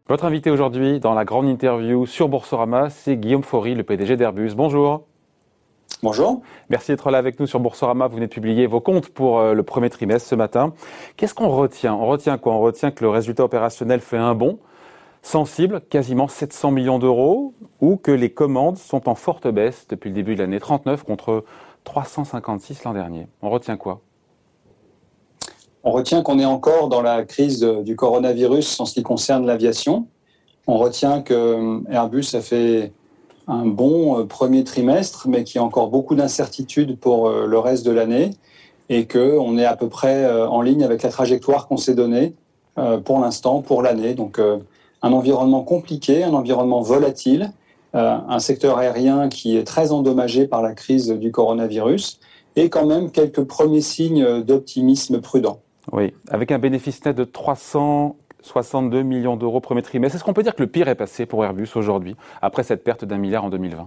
Votre invité aujourd'hui dans la grande interview sur Boursorama, c'est Guillaume Faury, le PDG d'Airbus. Bonjour. Bonjour. Merci d'être là avec nous sur Boursorama. Vous venez de publier vos comptes pour le premier trimestre ce matin. Qu'est-ce qu'on retient? On retient quoi? On retient que le résultat opérationnel fait un bond sensible, quasiment 700 millions d'euros, ou que les commandes sont en forte baisse depuis le début de l'année, 39 contre 356 l'an dernier. On retient quoi? On retient qu'on est encore dans la crise du coronavirus en ce qui concerne l'aviation. On retient que Airbus a fait un bon premier trimestre, mais qu'il y a encore beaucoup d'incertitudes pour le reste de l'année et qu'on est à peu près en ligne avec la trajectoire qu'on s'est donnée pour l'instant, pour l'année. Donc un environnement compliqué, un environnement volatile, un secteur aérien qui est très endommagé par la crise du coronavirus et quand même quelques premiers signes d'optimisme prudent. Oui, avec un bénéfice net de 362 millions d'euros premier trimestre. Est-ce qu'on peut dire que le pire est passé pour Airbus aujourd'hui, après cette perte d'1 milliard en 2020?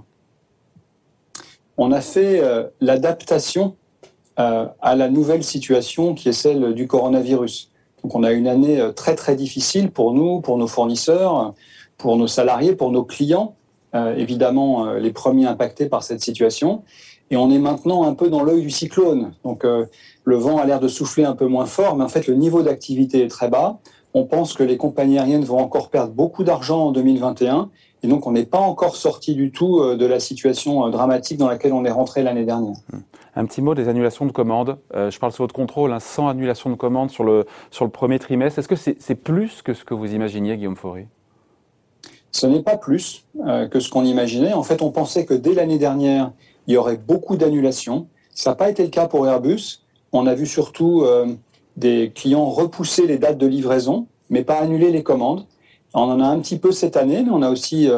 On a fait l'adaptation à la nouvelle situation qui est celle du coronavirus. Donc on a une année très très difficile pour nous, pour nos fournisseurs, pour nos salariés, pour nos clients, évidemment les premiers impactés par cette situation. Et on est maintenant un peu dans l'œil du cyclone. Donc le vent a l'air de souffler un peu moins fort, mais en fait le niveau d'activité est très bas. On pense que les compagnies aériennes vont encore perdre beaucoup d'argent en 2021. Et donc on n'est pas encore sorti du tout de la situation dramatique dans laquelle on est rentré l'année dernière. Un petit mot des annulations de commandes. Je parle sous votre contrôle, 100 annulations de commandes sur le premier trimestre. Est-ce que c'est plus que ce que vous imaginiez, Guillaume Faury? Ce n'est pas plus que ce qu'on imaginait. En fait, on pensait que dès l'année dernière, il y aurait beaucoup d'annulations. Ça n'a pas été le cas pour Airbus. On a vu surtout des clients repousser les dates de livraison, mais pas annuler les commandes. On en a un petit peu cette année, mais on a aussi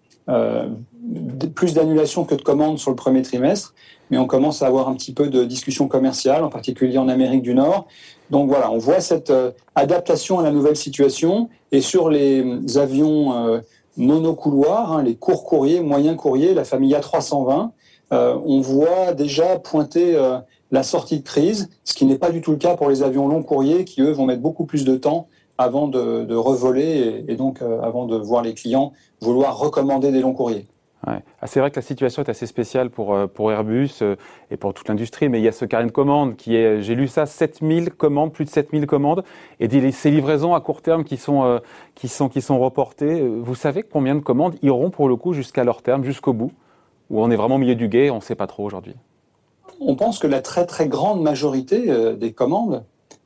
plus d'annulations que de commandes sur le premier trimestre. Mais on commence à avoir un petit peu de discussions commerciales, en particulier en Amérique du Nord. Donc voilà, on voit cette adaptation à la nouvelle situation. Et sur les avions monocouloirs, les courts courriers, moyens courriers, la famille A320, on voit déjà pointer la sortie de crise, ce qui n'est pas du tout le cas pour les avions long courriers qui, eux, vont mettre beaucoup plus de temps avant de revoler et donc avant de voir les clients vouloir recommander des longs courriers. Ouais. C'est vrai que la situation est assez spéciale pour Airbus et pour toute l'industrie, mais il y a ce carnet de commandes qui est, j'ai lu ça, 7000 commandes, plus de 7000 commandes, et ces livraisons à court terme qui sont reportées. Vous savez combien de commandes iront pour le coup jusqu'à leur terme, jusqu'au bout, où on est vraiment au milieu du gué, on ne sait pas trop aujourd'hui? On pense que la très très grande majorité des commandes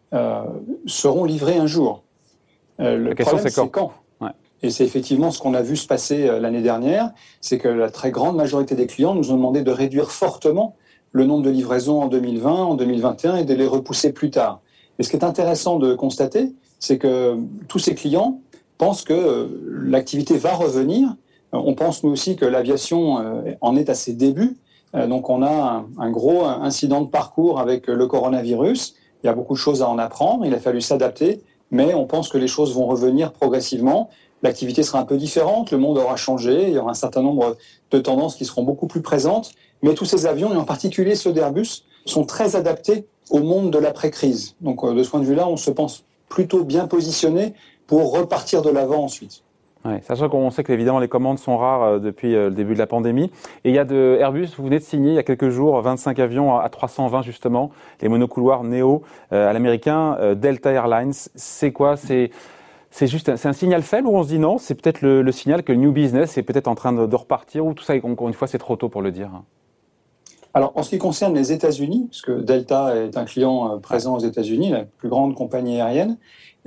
seront livrées un jour. La question c'est quand? Et c'est effectivement ce qu'on a vu se passer l'année dernière, c'est que la très grande majorité des clients nous ont demandé de réduire fortement le nombre de livraisons en 2020, en 2021 et de les repousser plus tard. Et ce qui est intéressant de constater, c'est que tous ces clients pensent que l'activité va revenir. On pense nous aussi que l'aviation en est à ses débuts. Donc on a un gros incident de parcours avec le coronavirus. Il y a beaucoup de choses à en apprendre, il a fallu s'adapter, mais on pense que les choses vont revenir progressivement. L'activité sera un peu différente, le monde aura changé, il y aura un certain nombre de tendances qui seront beaucoup plus présentes, mais tous ces avions, et en particulier ceux d'Airbus, sont très adaptés au monde de l'après-crise. Donc de ce point de vue-là, on se pense plutôt bien positionné pour repartir de l'avant ensuite. Ouais, sachant qu'on sait qu'évidemment les commandes sont rares depuis le début de la pandémie. Et il y a de Airbus, vous venez de signer il y a quelques jours 25 avions à 320 justement, les monocouloirs Neo à l'américain, Delta Airlines. C'est quoi? C'est un signal faible ou on se dit non, c'est peut-être le signal que le new business est peut-être en train de repartir, ou tout ça, encore une fois, c'est trop tôt pour le dire? Alors, en ce qui concerne les États-Unis, parce que Delta est un client présent aux États-Unis, la plus grande compagnie aérienne,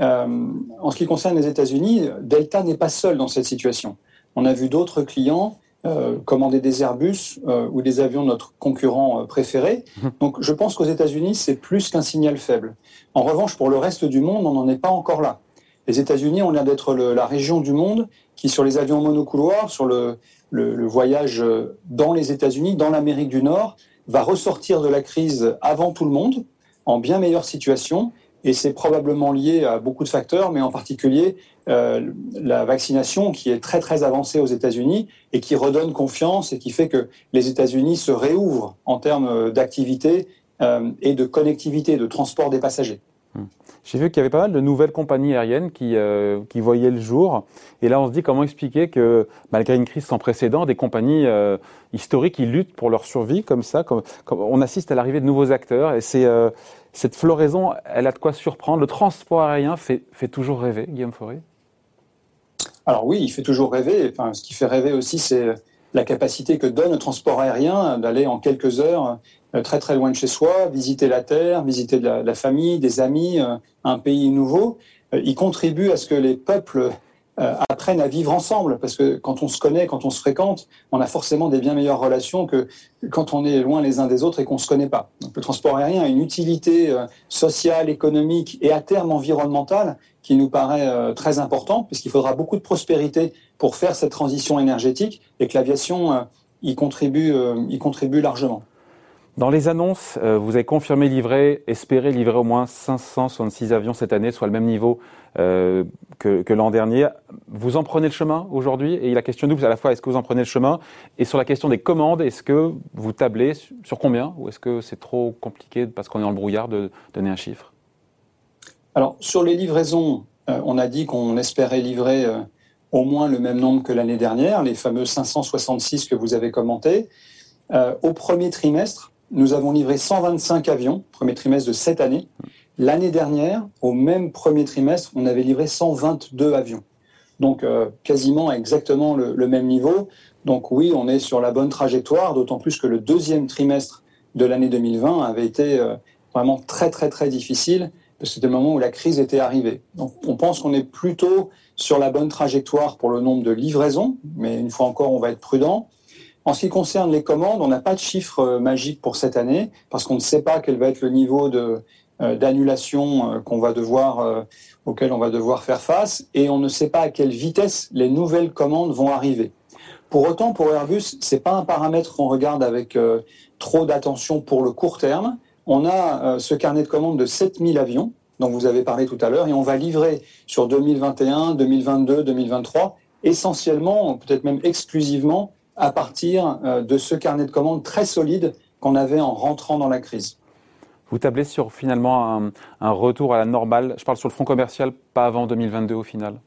en ce qui concerne les États-Unis, Delta n'est pas seul dans cette situation. On a vu d'autres clients commander des Airbus ou des avions de notre concurrent préféré. Donc, je pense qu'aux États-Unis, c'est plus qu'un signal faible. En revanche, pour le reste du monde, on n'en est pas encore là. Les États-Unis ont l'air d'être la région du monde qui, sur les avions monocouloirs, sur le voyage dans les États-Unis, dans l'Amérique du Nord, va ressortir de la crise avant tout le monde, en bien meilleure situation. Et c'est probablement lié à beaucoup de facteurs, mais en particulier la vaccination qui est très très avancée aux États-Unis et qui redonne confiance et qui fait que les États-Unis se réouvrent en termes d'activité et de connectivité, de transport des passagers. J'ai vu qu'il y avait pas mal de nouvelles compagnies aériennes qui voyaient le jour. Et là, on se dit comment expliquer que, malgré une crise sans précédent, des compagnies historiques qui luttent pour leur survie comme ça, comme on assiste à l'arrivée de nouveaux acteurs. Et cette floraison, elle a de quoi surprendre. Le transport aérien fait toujours rêver, Guillaume Faury. Alors oui, il fait toujours rêver. Enfin, ce qui fait rêver aussi, c'est la capacité que donne le transport aérien d'aller en quelques heures très très loin de chez soi, visiter la terre, visiter de la famille, des amis, un pays nouveau. Il contribue à ce que les peuples apprennent à vivre ensemble, parce que quand on se connaît, quand on se fréquente, on a forcément des bien meilleures relations que quand on est loin les uns des autres et qu'on ne se connaît pas. Donc le transport aérien a une utilité sociale, économique et à terme environnementale qui nous paraît très importante, puisqu'il faudra beaucoup de prospérité pour faire cette transition énergétique et que l'aviation y contribue largement. Dans les annonces, vous avez confirmé espérer livrer au moins 566 avions cette année, soit le même niveau que l'an dernier. Vous en prenez le chemin aujourd'hui? Et la question double, c'est à la fois est-ce que vous en prenez le chemin? Et sur la question des commandes, est-ce que vous tablez sur combien? Ou est-ce que c'est trop compliqué parce qu'on est dans le brouillard de donner un chiffre? Alors, sur les livraisons, on a dit qu'on espérait livrer au moins le même nombre que l'année dernière, les fameux 566 que vous avez commentés. Au premier trimestre, nous avons livré 125 avions, premier trimestre de cette année. L'année dernière, au même premier trimestre, on avait livré 122 avions. Donc, quasiment exactement le même niveau. Donc oui, on est sur la bonne trajectoire, d'autant plus que le deuxième trimestre de l'année 2020 avait été vraiment très, très, très difficile, parce que c'était le moment où la crise était arrivée. Donc, on pense qu'on est plutôt sur la bonne trajectoire pour le nombre de livraisons, mais une fois encore, on va être prudent. En ce qui concerne les commandes, on n'a pas de chiffre magique pour cette année, parce qu'on ne sait pas quel va être le niveau d'annulation auquel on va devoir faire face, et on ne sait pas à quelle vitesse les nouvelles commandes vont arriver. Pour autant, pour Airbus, ce n'est pas un paramètre qu'on regarde avec trop d'attention pour le court terme. On a ce carnet de commandes de 7000 avions, dont vous avez parlé tout à l'heure, et on va livrer sur 2021, 2022, 2023, essentiellement, peut-être même exclusivement, à partir de ce carnet de commandes très solide qu'on avait en rentrant dans la crise. Vous tablez sur finalement un retour à la normale. Je parle sur le front commercial, pas avant 2022 au final.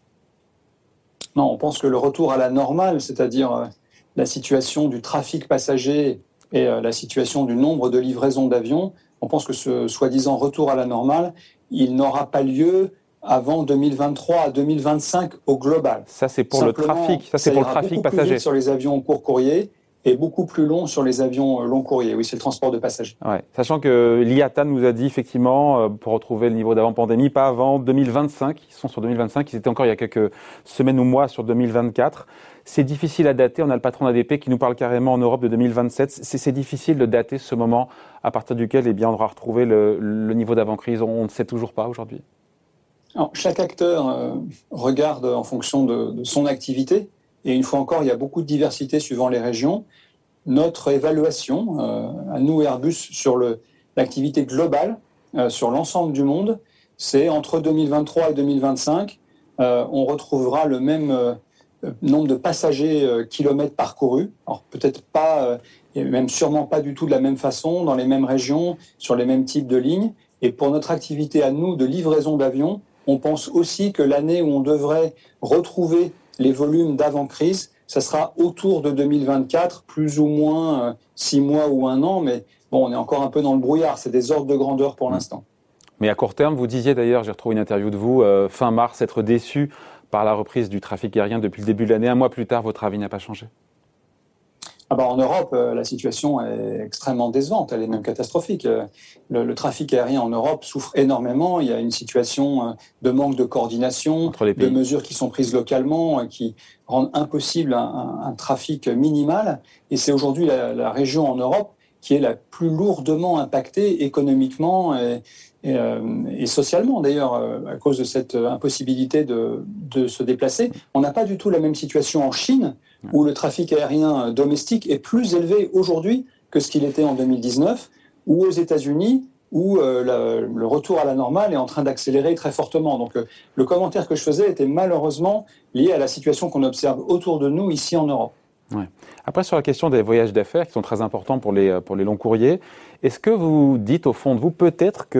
Non, on pense que le retour à la normale, c'est-à-dire la situation du trafic passager et la situation du nombre de livraisons d'avions, on pense que ce soi-disant retour à la normale, il n'aura pas lieu avant 2023 à 2025 au global. Ça, c'est pour le trafic. Ça, c'est pour le trafic passager. Plus vite sur les avions court courrier et beaucoup plus long sur les avions long courrier. Oui, c'est le transport de passagers. Ouais. Sachant que l'IATA nous a dit effectivement, pour retrouver le niveau d'avant-pandémie, pas avant 2025. Ils sont sur 2025. Ils étaient encore il y a quelques semaines ou mois sur 2024. C'est difficile à dater. On a le patron d'ADP qui nous parle carrément en Europe de 2027. C'est difficile de dater ce moment à partir duquel on aura retrouvé le niveau d'avant-crise. On ne sait toujours pas aujourd'hui. Alors, chaque acteur regarde en fonction de son activité. Et une fois encore, il y a beaucoup de diversité suivant les régions. Notre évaluation, à nous Airbus, sur l'activité globale, sur l'ensemble du monde, c'est entre 2023 et 2025, on retrouvera le même nombre de passagers kilomètres parcourus. Alors peut-être pas, et même sûrement pas du tout de la même façon, dans les mêmes régions, sur les mêmes types de lignes. Et pour notre activité à nous de livraison d'avions, on pense aussi que l'année où on devrait retrouver les volumes d'avant-crise, ça sera autour de 2024, plus ou moins 6 mois ou 1 an, mais bon, on est encore un peu dans le brouillard, c'est des ordres de grandeur pour l'instant. Mais à court terme, vous disiez d'ailleurs, j'ai retrouvé une interview de vous, fin mars, être déçu par la reprise du trafic aérien depuis le début de l'année. 1 mois plus tard, votre avis n'a pas changé? En Europe, la situation est extrêmement décevante, elle est même catastrophique. Le trafic aérien en Europe souffre énormément. Il y a une situation de manque de coordination, de mesures qui sont prises localement, qui rendent impossible un trafic minimal. Et c'est aujourd'hui la région en Europe qui est la plus lourdement impactée économiquement et socialement d'ailleurs à cause de cette impossibilité de se déplacer. On n'a pas du tout la même situation en Chine, où le trafic aérien domestique est plus élevé aujourd'hui que ce qu'il était en 2019, ou aux États-Unis, où le retour à la normale est en train d'accélérer très fortement. Donc le commentaire que je faisais était malheureusement lié à la situation qu'on observe autour de nous ici en Europe. Ouais. Après, sur la question des voyages d'affaires qui sont très importants pour les longs courriers, est-ce que vous dites au fond de vous peut-être que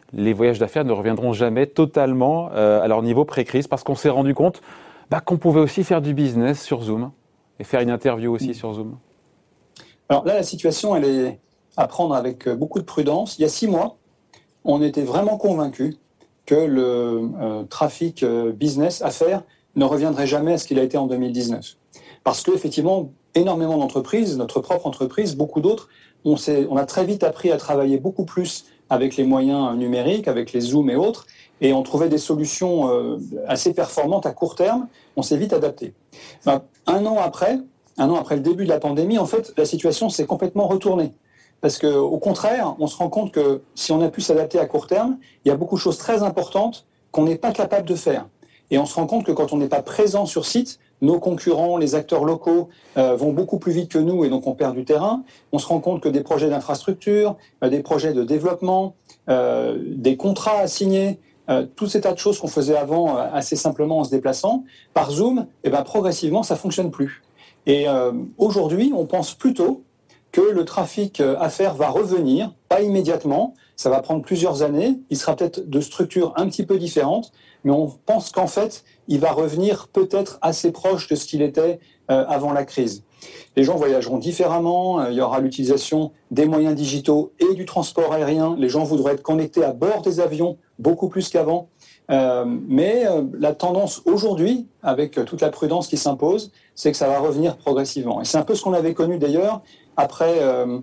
les voyages d'affaires ne reviendront jamais totalement à leur niveau pré-crise parce qu'on s'est rendu compte qu'on pouvait aussi faire du business sur Zoom et faire une interview aussi sur Zoom. Alors là, la situation, elle est à prendre avec beaucoup de prudence. Il y a 6 mois, on était vraiment convaincus que le trafic business, affaires, ne reviendrait jamais à ce qu'il a été en 2019. Parce qu'effectivement, énormément d'entreprises, notre propre entreprise, beaucoup d'autres, on a très vite appris à travailler beaucoup plus avec les moyens numériques, avec les Zoom et autres, et on trouvait des solutions assez performantes à court terme. On s'est vite adapté. Un an après le début de la pandémie, en fait, la situation s'est complètement retournée. Parce qu'au contraire, on se rend compte que si on a pu s'adapter à court terme, il y a beaucoup de choses très importantes qu'on n'est pas capable de faire. Et on se rend compte que quand on n'est pas présent sur site, nos concurrents, les acteurs locaux vont beaucoup plus vite que nous et donc on perd du terrain. On se rend compte que des projets d'infrastructure, des projets de développement, des contrats à signer, tous ces tas de choses qu'on faisait avant assez simplement en se déplaçant, par Zoom, progressivement, ça ne fonctionne plus. Et aujourd'hui, on pense plutôt que le trafic affaires va revenir, pas immédiatement, ça va prendre plusieurs années, il sera peut-être de structure un petit peu différente, mais on pense qu'en fait, il va revenir peut-être assez proche de ce qu'il était avant la crise. Les gens voyageront différemment, il y aura l'utilisation des moyens digitaux et du transport aérien, les gens voudront être connectés à bord des avions beaucoup plus qu'avant, mais la tendance aujourd'hui, avec toute la prudence qui s'impose, c'est que ça va revenir progressivement. Et c'est un peu ce qu'on avait connu d'ailleurs après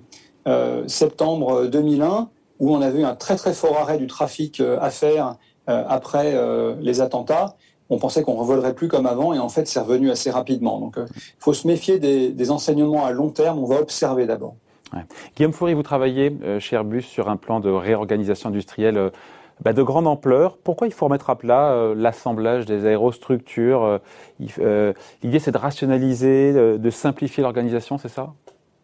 septembre 2001, où on avait eu un très très fort arrêt du trafic affaires après les attentats. On pensait qu'on ne revolerait plus comme avant et en fait c'est revenu assez rapidement. Donc il faut se méfier des enseignements à long terme, on va observer d'abord. Ouais. Guillaume Faury, vous travaillez chez Airbus sur un plan de réorganisation industrielle de grande ampleur. Pourquoi il faut remettre à plat l'assemblage des aérostructures l'idée c'est de rationaliser, de simplifier l'organisation, c'est ça ?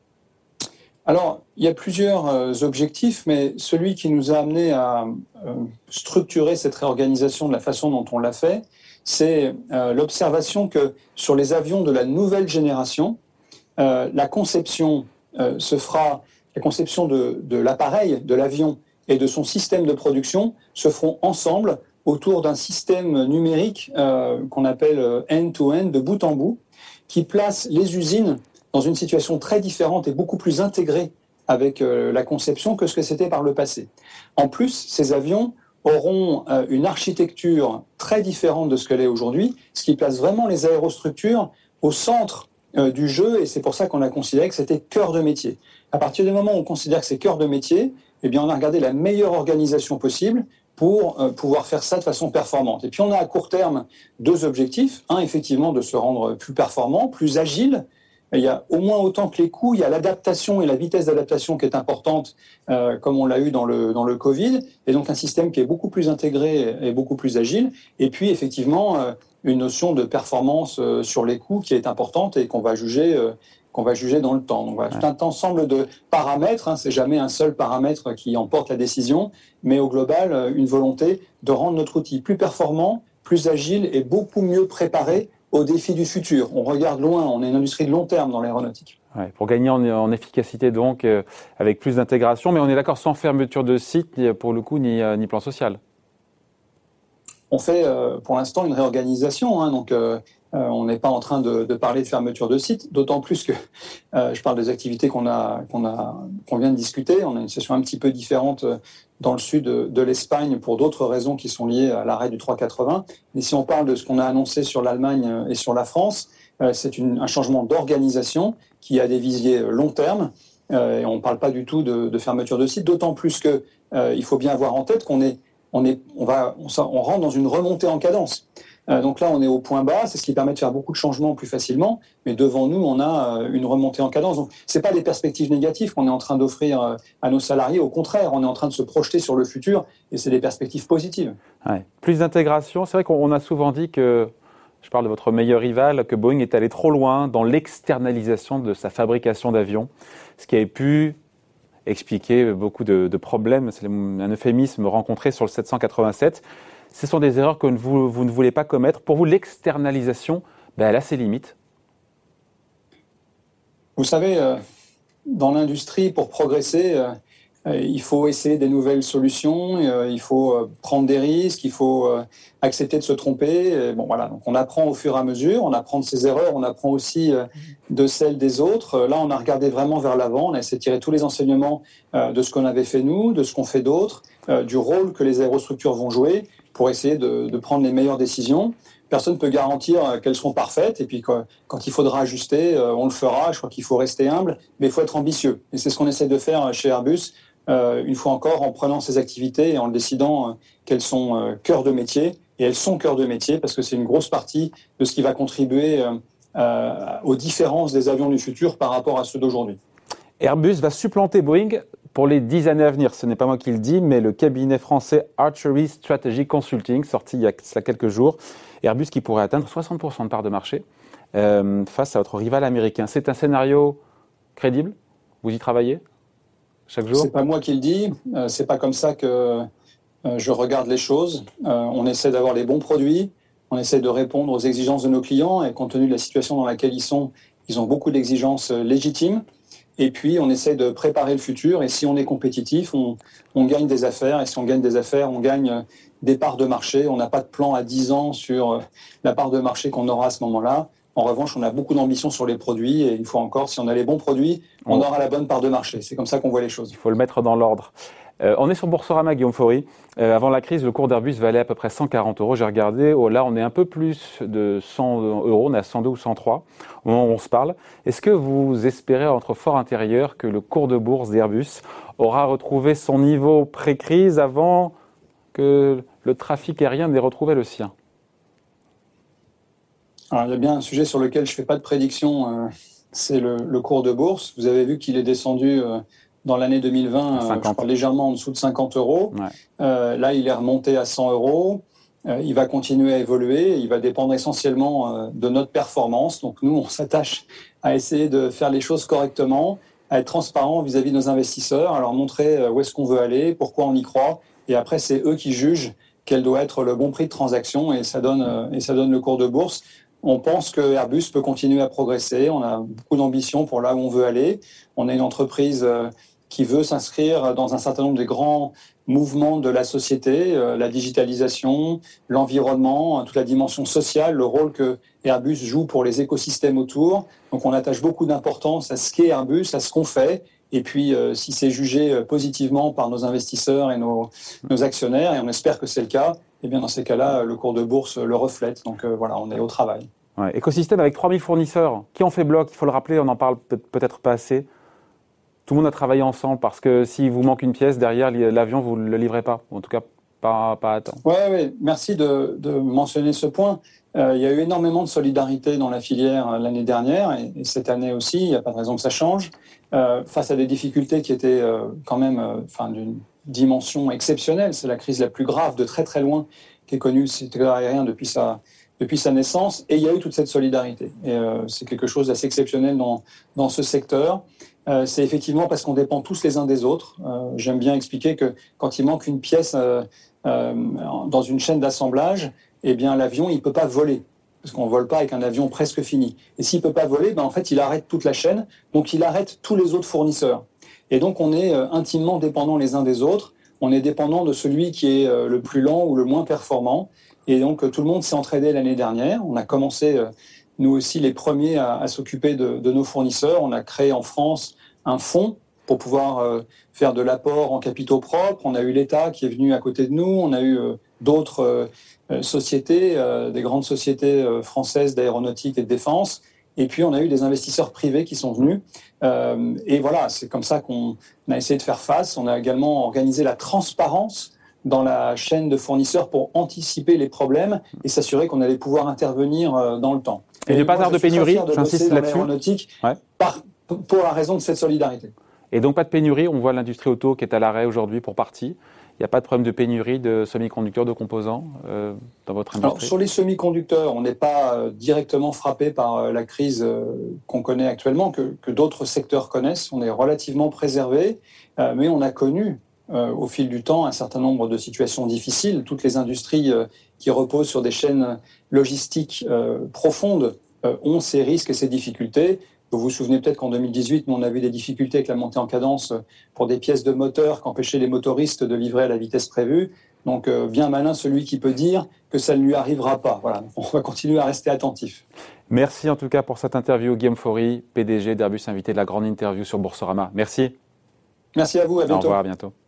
Alors, il y a plusieurs objectifs, mais celui qui nous a amené à structurer cette réorganisation de la façon dont on l'a fait, c'est l'observation que sur les avions de la nouvelle génération, la conception la conception de l'appareil, de l'avion et de son système de production se feront ensemble autour d'un système numérique qu'on appelle end-to-end, de bout en bout, qui place les usines dans une situation très différente et beaucoup plus intégrée avec la conception que ce que c'était par le passé. En plus, ces avions auront une architecture très différente de ce qu'elle est aujourd'hui, ce qui place vraiment les aérostructures au centre du jeu, et c'est pour ça qu'on a considéré que c'était cœur de métier. À partir du moment où on considère que c'est cœur de métier, eh bien on a regardé la meilleure organisation possible pour pouvoir faire ça de façon performante. Et puis on a à court terme 2 objectifs. Un, effectivement, de se rendre plus performant, plus agile. Il y a au moins autant que les coûts, il y a l'adaptation et la vitesse d'adaptation qui est importante, comme on l'a eu dans le Covid, et donc un système qui est beaucoup plus intégré et beaucoup plus agile. Et puis effectivement, une notion de performance sur les coûts qui est importante et qu'on va juger dans le temps. Donc voilà, tout un ensemble de paramètres, c'est jamais un seul paramètre qui emporte la décision, mais au global, une volonté de rendre notre outil plus performant, plus agile et beaucoup mieux préparé aux défis du futur. On regarde loin, on est une industrie de long terme dans l'aéronautique. Ouais, pour gagner en efficacité donc, avec plus d'intégration, mais on est d'accord, sans fermeture de site, pour le coup, ni plan social. On fait pour l'instant une réorganisation, donc on n'est pas en train de parler de fermeture de site, d'autant plus que je parle des activités qu'on vient de discuter. On a une situation un petit peu différente dans le sud de l'Espagne pour d'autres raisons qui sont liées à l'arrêt du 380. Mais si on parle de ce qu'on a annoncé sur l'Allemagne et sur la France, c'est un changement d'organisation qui a des visées long terme. Et on ne parle pas du tout de fermeture de site, d'autant plus que il faut bien avoir en tête qu'on on rentre dans une remontée en cadence. Donc là, on est au point bas, c'est ce qui permet de faire beaucoup de changements plus facilement, mais devant nous, on a une remontée en cadence. Donc, ce n'est pas des perspectives négatives qu'on est en train d'offrir à nos salariés, au contraire, on est en train de se projeter sur le futur, et c'est des perspectives positives. Ouais. Plus d'intégration, c'est vrai qu'on a souvent dit que, je parle de votre meilleur rival, que Boeing est allé trop loin dans l'externalisation de sa fabrication d'avions, ce qui avait pu expliquer beaucoup de problèmes, c'est un euphémisme rencontré sur le 787. Ce sont des erreurs que vous ne voulez pas commettre. Pour vous, l'externalisation, elle a ses limites. Vous savez, dans l'industrie, pour progresser, il faut essayer des nouvelles solutions, il faut prendre des risques, il faut accepter de se tromper. Et bon, voilà. Donc on apprend au fur et à mesure, on apprend de ses erreurs, on apprend aussi de celles des autres. Là, on a regardé vraiment vers l'avant, on a essayé de tirer tous les enseignements de ce qu'on avait fait nous, de ce qu'on fait d'autres, du rôle que les aérostructures vont jouer pour essayer de prendre les meilleures décisions. Personne ne peut garantir qu'elles seront parfaites. Et puis, quand il faudra ajuster, on le fera. Je crois qu'il faut rester humble, mais il faut être ambitieux. Et c'est ce qu'on essaie de faire chez Airbus, une fois encore, en prenant ces activités et en décidant qu'elles sont cœur de métier. Et elles sont cœur de métier parce que c'est une grosse partie de ce qui va contribuer aux différences des avions du futur par rapport à ceux d'aujourd'hui. Airbus va supplanter Boeing pour les 10 années à venir. Ce n'est pas moi qui le dis, mais le cabinet français Archery Strategy Consulting, sorti il y a quelques jours. Airbus qui pourrait atteindre 60% de part de marché face à votre rival américain. C'est un scénario crédible? Vous y travaillez chaque jour? C'est pas moi qui le dis. C'est pas comme ça que je regarde les choses. On essaie d'avoir les bons produits. On essaie de répondre aux exigences de nos clients. Et compte tenu de la situation dans laquelle ils ont beaucoup d'exigences légitimes. Et puis, on essaie de préparer le futur. Et si on est compétitif, on gagne des affaires. Et si on gagne des affaires, on gagne des parts de marché. On n'a pas de plan à 10 ans sur la part de marché qu'on aura à ce moment-là. En revanche, on a beaucoup d'ambition sur les produits. Et une fois encore, si on a les bons produits, on aura la bonne part de marché. C'est comme ça qu'on voit les choses. Il faut le mettre dans l'ordre. On est sur Boursorama, Guillaume Faury. Avant la crise, le cours d'Airbus valait à peu près 140 €. J'ai regardé. Là, on est un peu plus de 100 €. On est à 102 ou 103 au moment où on se parle. Est-ce que vous espérez, à votre fort intérieur, que le cours de bourse d'Airbus aura retrouvé son niveau pré-crise avant que le trafic aérien n'ait retrouvé le sien? Alors, il y a bien un sujet sur lequel je ne fais pas de prédiction. C'est le cours de bourse. Vous avez vu qu'il est descendu dans l'année 2020, je crois, légèrement en dessous de 50 €. Ouais. Là, il est remonté à 100 €. Il va continuer à évoluer. Il va dépendre essentiellement de notre performance. Donc, nous, on s'attache à essayer de faire les choses correctement, à être transparent vis-à-vis de nos investisseurs, à leur montrer où est-ce qu'on veut aller, pourquoi on y croit. Et après, c'est eux qui jugent quel doit être le bon prix de transaction. Et ça donne le cours de bourse. On pense que Airbus peut continuer à progresser. On a beaucoup d'ambition pour là où on veut aller. On est une entreprise qui veut s'inscrire dans un certain nombre des grands mouvements de la société, la digitalisation, l'environnement, toute la dimension sociale, le rôle que Airbus joue pour les écosystèmes autour. Donc on attache beaucoup d'importance à ce qu'est Airbus, à ce qu'on fait. Et puis, si c'est jugé positivement par nos investisseurs et nos actionnaires, et on espère que c'est le cas, eh bien dans ces cas-là, le cours de bourse le reflète. Donc voilà, on est au travail. Ouais. Écosystème avec 3000 fournisseurs qui ont fait bloc, il faut le rappeler, on n'en parle peut-être pas assez. Tout le monde a travaillé ensemble parce que s'il vous manque une pièce, derrière l'avion, vous ne le livrez pas. En tout cas, pas à temps. Oui, merci de mentionner ce point. Il y a eu énormément de solidarité dans la filière l'année dernière et cette année aussi, il n'y a pas de raison que ça change. Face à des difficultés qui étaient quand même d'une dimension exceptionnelle, c'est la crise la plus grave de très très loin qu'ait connue le secteur aérien depuis sa naissance, et il y a eu toute cette solidarité. Et c'est quelque chose d'assez exceptionnel dans ce secteur. C'est effectivement parce qu'on dépend tous les uns des autres. J'aime bien expliquer que quand il manque une pièce dans une chaîne d'assemblage, eh bien l'avion, il ne peut pas voler. Parce qu'on ne vole pas avec un avion presque fini. Et s'il ne peut pas voler, en fait, il arrête toute la chaîne, donc il arrête tous les autres fournisseurs. Et donc, on est intimement dépendants les uns des autres. On est dépendant de celui qui est le plus lent ou le moins performant. Et donc, tout le monde s'est entraidé l'année dernière. On a commencé, nous aussi, les premiers à s'occuper de nos fournisseurs. On a créé en France un fonds pour pouvoir faire de l'apport en capitaux propres. On a eu l'État qui est venu à côté de nous. On a eu d'autres sociétés, des grandes sociétés françaises d'aéronautique et de défense. Et puis, on a eu des investisseurs privés qui sont venus. Et voilà, c'est comme ça qu'on a essayé de faire face. On a également organisé la transparence dans la chaîne de fournisseurs pour anticiper les problèmes et s'assurer qu'on allait pouvoir intervenir dans le temps. Et il n'y a pas d'art de pénurie, j'insiste là-dessus. Ouais. Pour la raison de cette solidarité. Et donc pas de pénurie, on voit l'industrie auto qui est à l'arrêt aujourd'hui pour partie. Il n'y a pas de problème de pénurie de semi-conducteurs, de composants dans votre industrie? Alors, sur les semi-conducteurs, on n'est pas directement frappé par la crise qu'on connaît actuellement, que d'autres secteurs connaissent. On est relativement préservé, mais on a connu au fil du temps un certain nombre de situations difficiles. Toutes les industries qui reposent sur des chaînes logistiques profondes ont ces risques et ces difficultés. Vous vous souvenez peut-être qu'en 2018, nous, on a vu des difficultés avec la montée en cadence pour des pièces de moteur qu'empêchaient les motoristes de livrer à la vitesse prévue. Donc, bien malin celui qui peut dire que ça ne lui arrivera pas. Voilà, on va continuer à rester attentif. Merci en tout cas pour cette interview, Guillaume Faury, PDG d'Airbus, invité de la grande interview sur Boursorama. Merci. Merci à vous, à bientôt. Au revoir, à bientôt.